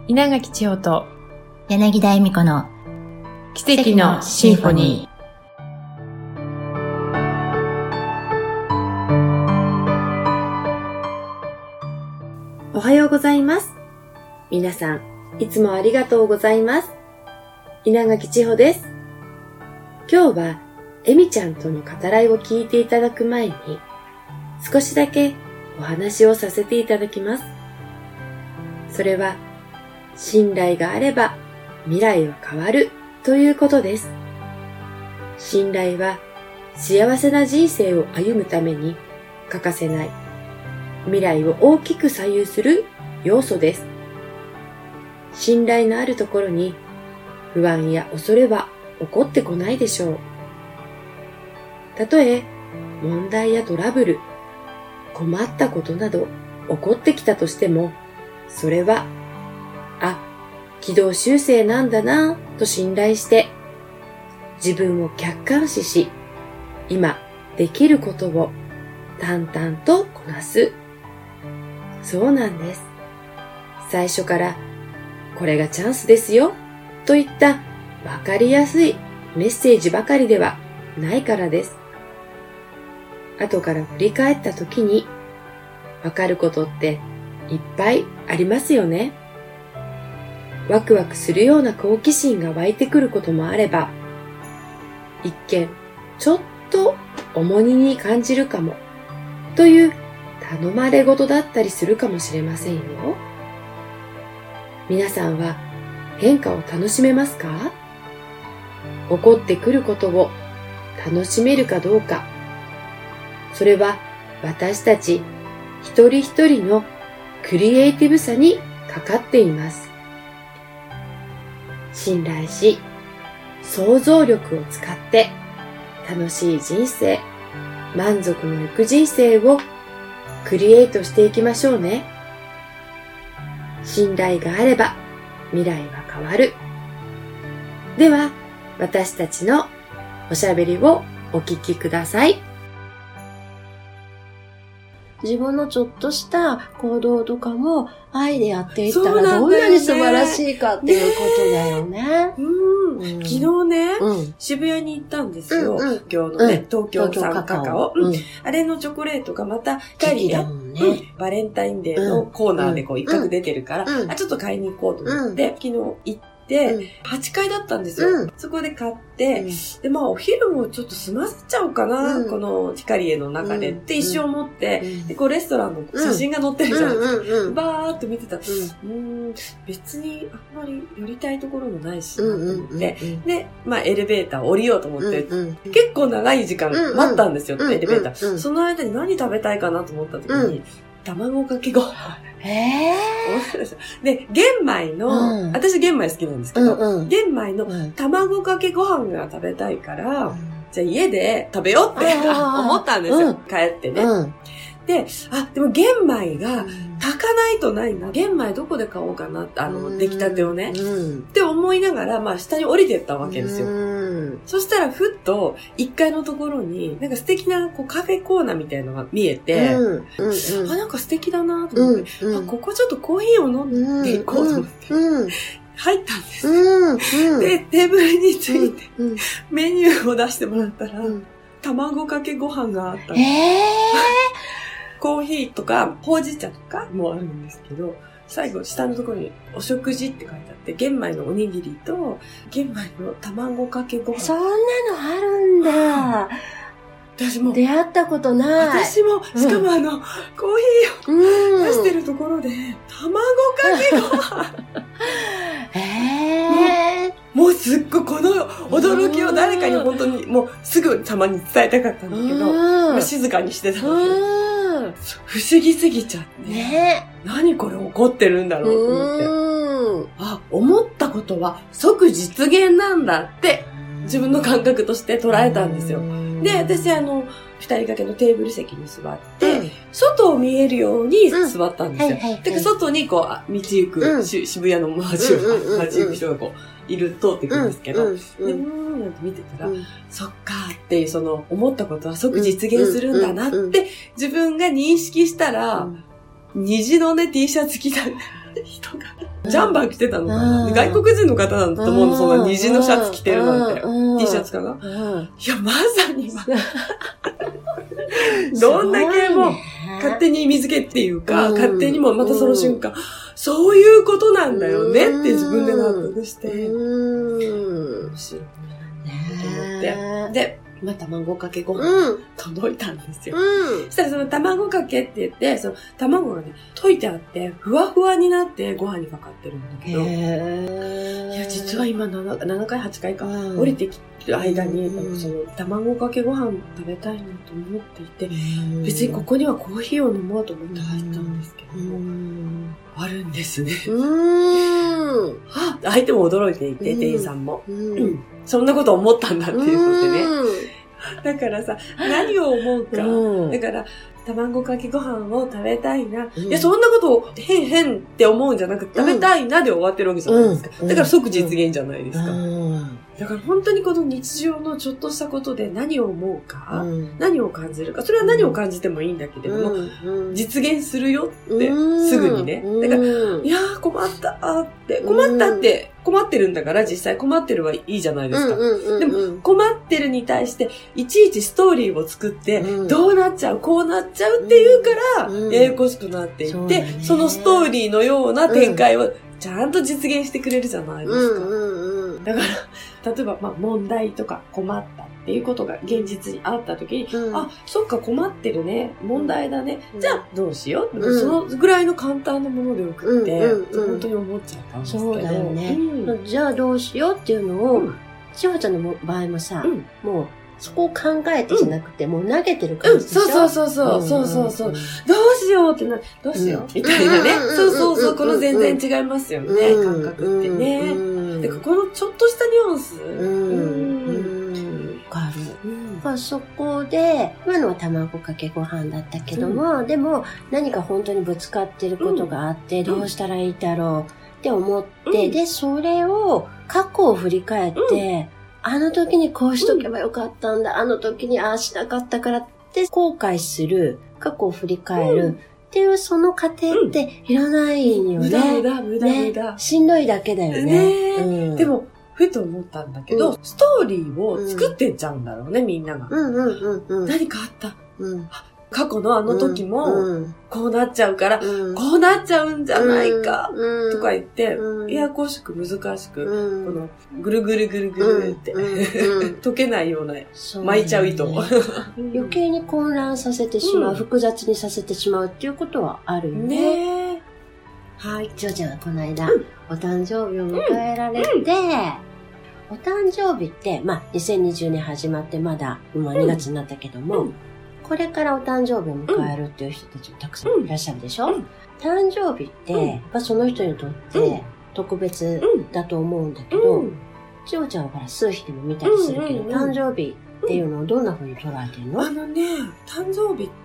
稲垣千穂と柳田恵美子の奇跡のシンフォニー。 おはようございます。皆さん、いつもありがとうございます。稲垣千穂です。今日は、恵美ちゃんとの語らいを聞いていただく前に、少しだけお話をさせていただきます。それは、信頼があれば未来は変わるということです。信頼は幸せな人生を歩むために欠かせない未来を大きく左右する要素です。信頼のあるところに不安や恐れは起こってこないでしょう。たとえ問題やトラブル、困ったことなど起こってきたとしても、それは軌道修正なんだなぁと信頼して自分を客観視し、今できることを淡々とこなす。そうなんです。最初からこれがチャンスですよといったわかりやすいメッセージばかりではないからです。後から振り返った時にわかることっていっぱいありますよね。ワクワクするような好奇心が湧いてくることもあれば、一見ちょっと重荷に感じるかもという頼まれ事だったりするかもしれませんよ。皆さんは変化を楽しめますか？起こってくることを楽しめるかどうか、それは私たち一人一人のクリエイティブさにかかっています。信頼し、想像力を使って楽しい人生、満足のいく人生をクリエイトしていきましょうね。信頼があれば未来は変わる。では、私たちのおしゃべりをお聞きください。 自分のちょっとした行動とかも愛でやっていったらどんなに素晴らしいかっていうことだよね。 昨日ね、渋谷に行ったんですよ。東京のね、東京産カカオ。あれのチョコレートがまた光で、バレンタインデーのコーナーでこう一角出てるから、ちょっと買いに行こうと思って、昨日行って、8階だったんですよ。そこで買って、で、お昼もちょっと済ませちゃおうかな、この光栄の中でって一生思って、で、こうレストランの写真が載ってるじゃないですか。バーっと見てたら、別にあんまり寄りたいところもないしなと思って、で、エレベーター降りようと思って、結構長い時間待ったんですよ、エレベーター。その間に何食べたいかなと思った時に、卵かけご飯。で、玄米の、私玄米好きなんですけど、玄米の卵かけご飯が食べたいから、じゃあ家で食べようって思ったんですよ。帰ってね。で、でも玄米が炊かないとないな。玄米どこで買おうかな、出来たてをね。って思いながら、下に降りてったわけですよ。そしたら、ふっと、1階のところに、なんか素敵なカフェコーナーみたいなのが見えて、なんか素敵だなと思って、ここちょっとコーヒーを飲んでいこうと思って、入ったんですよ。で、テーブルについて、メニューを出してもらったら、卵かけご飯があったんです。コーヒーとか、ほうじ茶とかもあるんですけど、最後、下のところに、お食事って書いてあって、玄米のおにぎりと、玄米の卵かけご飯。 そんなのあるんだ。 私も。 出会ったことない。 私も、しかもコーヒーを出してるところで、卵かけご飯。もうすっごいこの驚きを誰かに本当に、もうすぐたまに伝えたかったんだけど、静かにしてたので。不思議すぎちゃって。何これ起こってるんだろうと思って。思ったことは即実現なんだって、自分の感覚として捉えたんですよ。で、私二人掛けのテーブル席に座って、外を見えるように座ったんですよ。だから外に道行く、渋谷の街行く人が通っていくんですけど、なんて見てたら、そっかっていう思ったことは即実現するんだなって自分が認識したら、虹のね T シャツ着た人がジャンバー着てたのかな、外国人の方なんだと思うの、そんな虹のシャツ着てるなんて。T シャツかな、いや、まさに、どんだけもう、勝手に意味付けっていうか、勝手にもまたその瞬間、そういうことなんだよねって自分で納得して、面白いなと思って。で、卵かけご飯届いたんですよ。そしたらその卵かけって言って、その卵がね、溶いてあって、ふわふわになってご飯にかかってるんだけど、いや、実は今7回、8回か、降りてきて間に、その卵かけご飯食べたいなと思っていて、別にここにはコーヒーを飲もうと思って入ったんですけども、あるんですね。相手も驚いていて、店員さんも。そんなこと思ったんだっていうのでね。だからさ、何を思うか。だから、卵かけご飯を食べたいな。いや、そんなことを変って思うんじゃなくて、食べたいなで終わってるわけじゃないですか。だから即実現じゃないですか。だから本当にこの日常のちょっとしたことで何を思うか、何を感じるか、それは何を感じてもいいんだけれども、実現するよってすぐにね。だから、いやー困ったって、困ってるんだから実際困ってるはいいじゃないですか。でも困ってるに対していちいちストーリーを作って、どうなっちゃう、こうなっちゃうっていうから、ややこしくなっていって、そのストーリーのような展開をちゃんと実現してくれるじゃないですか。だから、例えば、問題とか困ったっていうことが現実にあった時に、あ、そっか困ってるね、問題だね、じゃあどうしよう、そのぐらいの簡単なものでよくって、本当に思っちゃったんですけど。そうだよね。じゃあどうしようっていうのを、しほちゃんの場合もさ、もう、そこを考えてじゃなくて、もう投げてる感じでしょ。そう。どうしようってどうしようみたいなね。そう。この全然違いますよね、感覚ってね。だからこのちょっとしたニュアンス。わかる。そこで、今のは卵かけご飯だったけども、でも何か本当にぶつかってることがあって、どうしたらいいだろうって思って、で、それを過去を振り返って、あの時にこうしとけばよかったんだ、あの時にああしなかったからって後悔する、過去を振り返るっていうその過程っていらないよね。無駄。しんどいだけだよね。でも、ふと思ったんだけど、ストーリーを作ってっちゃうんだろうね、みんなが。何かあった。過去のあの時も、こうなっちゃうから、こうなっちゃうんじゃないか、とか言って、ややこしく難しく、この、ぐるぐるって、解けないような、巻いちゃう糸を。余計に混乱させてしまう、複雑にさせてしまうっていうことはあるよね。はい。ジョジョはこの間、お誕生日を迎えられて、お誕生日って、2020年始まってまだ、2月になったけども、これからお誕生日を迎えるっていう人たちもたくさんいらっしゃるでしょ、誕生日って、その人にとって特別だと思うんだけど、ちおちゃんはほら数日でも見たりするけど、誕生日っていうのをどんな風に捉えてるの？誕生日って、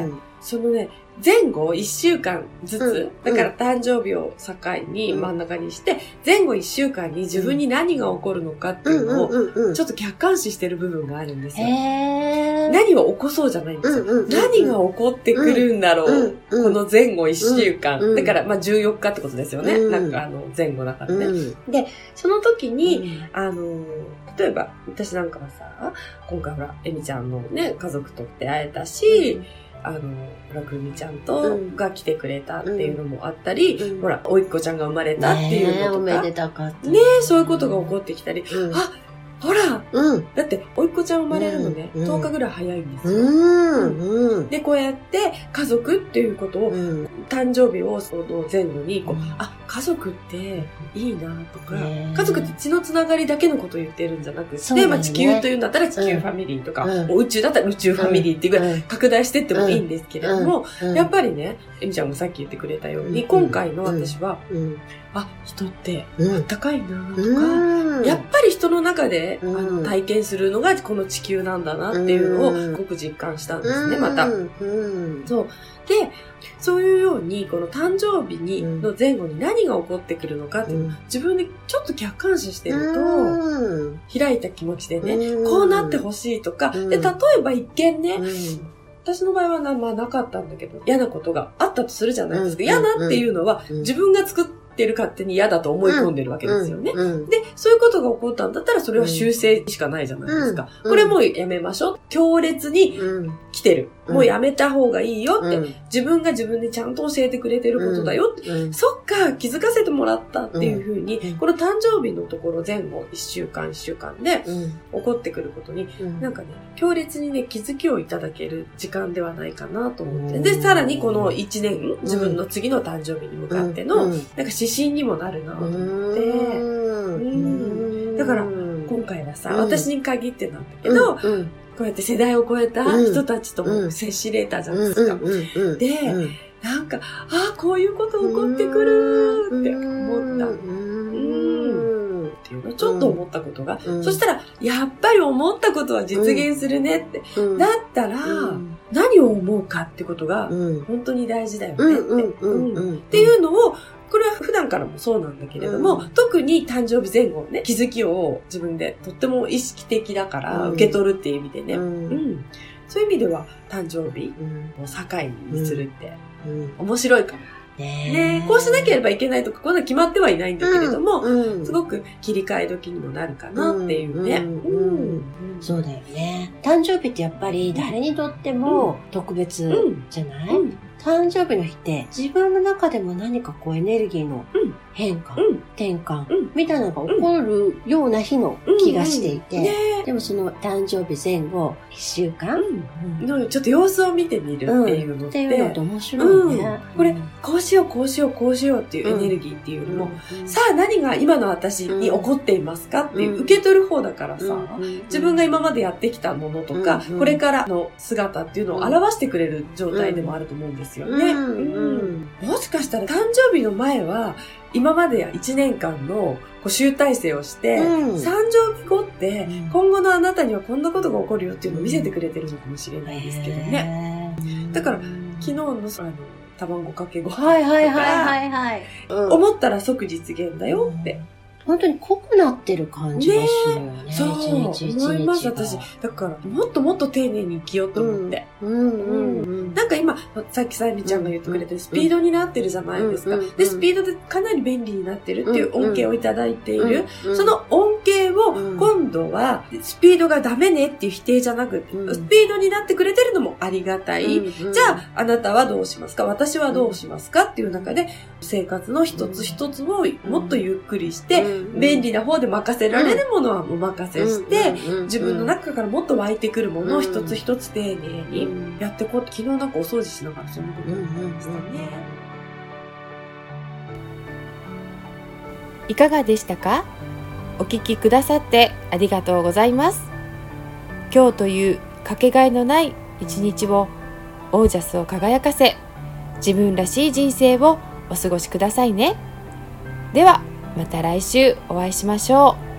そのね、前後1週間ずつ、だから誕生日を境に真ん中にして、前後1週間に自分に何が起こるのかっていうのを、ちょっと客観視してる部分があるんですよ。何を起こそうじゃないんですよ。何が起こってくるんだろう、この前後1週間。だから14日ってことですよね。なんか前後だからね。で、その時に、例えば、私なんかはさ、今回ほら、エミちゃんのね、家族と出会えたし、ほら、くるみちゃんが来てくれたっていうのもあったり、ほら、おいっ子ちゃんが生まれたっていうのとか。おめでたかった。ね、そういうことが起こってきたり、ほら、だって、おいっ子ちゃん生まれるのね、10日ぐらい早いんですよ。で、こうやって家族っていうことを、誕生日をその前後に、家族っていいなとか、家族って血のつながりだけのことを言ってるんじゃなくて、地球というんだったら地球ファミリーとか、宇宙だったら宇宙ファミリーっていうぐらい拡大してってもいいんですけれども、やっぱりね、エミちゃんもさっき言ってくれたように、今回の私は、人ってあったかいなとか、やっぱり人の中で体験するのがこの地球なんだなっていうのをすごく実感したんですね、また。そう。で、そういうように、この誕生日の前後に何が起こってくるのかっていうのを自分でちょっと客観視してると、開いた気持ちでね、こうなってほしいとか、で、例えば一見ね、私の場合はなかったんだけど、嫌なことがあったとするじゃないですか。嫌なっていうのは、自分が作ってってる勝手に嫌だと思い込んでるわけですよね。 うんうんで、そういうことが起こったんだったら、それは修正しかないじゃないですか。 うんこれもうやめましょう。強烈にうん来てる。 うんもうやめた方がいいよって、 うん自分が自分でちゃんと教えてくれてることだよって、 うんそっか、気づかせてもらったっていう風に、 うんこの誕生日のところ前後、1週間でうん起こってくることに、 うんなんかね、強烈にね、気づきをいただける時間ではないかなと思って。 うんで、さらにこの1年、自分の次の誕生日に向かっての、 うんなんか指針にもなるなと思って、 うんだから今回はさ、私に限ってなんだけど、 うんこうやって世代を超えた人たちとも接しれたじゃないですか。で、なんか、こういうこと起こってくるって思った。っていうのちょっと思ったことが、そしたら、やっぱり思ったことは実現するねって。だったら、何を思うかってことが、本当に大事だよねっていうのを、これは普段からもそうなんだけれども、特に誕生日前後ね、気づきを自分でとっても意識的だから受け取るっていう意味でね、そういう意味では誕生日を境にするって面白いかも。ね、こうしなければいけないとか、こんな決まってはいないんだけれども、すごく切り替え時にもなるかなっていうね。 そうだよね。誕生日ってやっぱり誰にとっても特別じゃない？誕生日の日って自分の中でも何かこうエネルギーの変化、転換みたいなのが起こるような日の気がしていて、でもその誕生日前後1週間のちょっと様子を見てみるっていうのって、 っていうのって面白いね。 これこうしようこうしようこうしようっていうエネルギーっていうよりも、さあ何が今の私に起こっていますかっていう受け取る方だからさ、自分が今までやってきたものとか、これからの姿っていうのを表してくれる状態でもあると思うんですよね。もしかしたら誕生日の前は今まで1年間の集大成をして、誕生日後って今後のあなたにはこんなことが起こるよっていうのを見せてくれてるのかもしれないですけどね。だから昨日の卵かけご飯とか思ったら即実現だよって。 本当に濃くなってる感じがするよね。 そう思います私。だからもっともっと丁寧に生きようと思って。なんか今さっきさゆみちゃんが言ってくれてるスピードになってるじゃないですか。でスピードでかなり便利になってるっていう恩恵をいただいている。その恩恵を今度はスピードがダメねっていう否定じゃなくて、スピードになってくれてるのもありがたい。じゃああなたはどうしますか？私はどうしますか？っていう中で生活の一つ一つをもっとゆっくりして。便利な方で任せられるものはお任せして、自分の中からもっと湧いてくるものを一つ一つ丁寧にやっていこうって、昨日なんかお掃除しながらそんなこと思いましたね。 いかがでしたか？お聞きくださってありがとうございます。今日というかけがえのない一日をオージャスを輝かせ、自分らしい人生をお過ごしくださいね。ではまた来週お会いしましょう。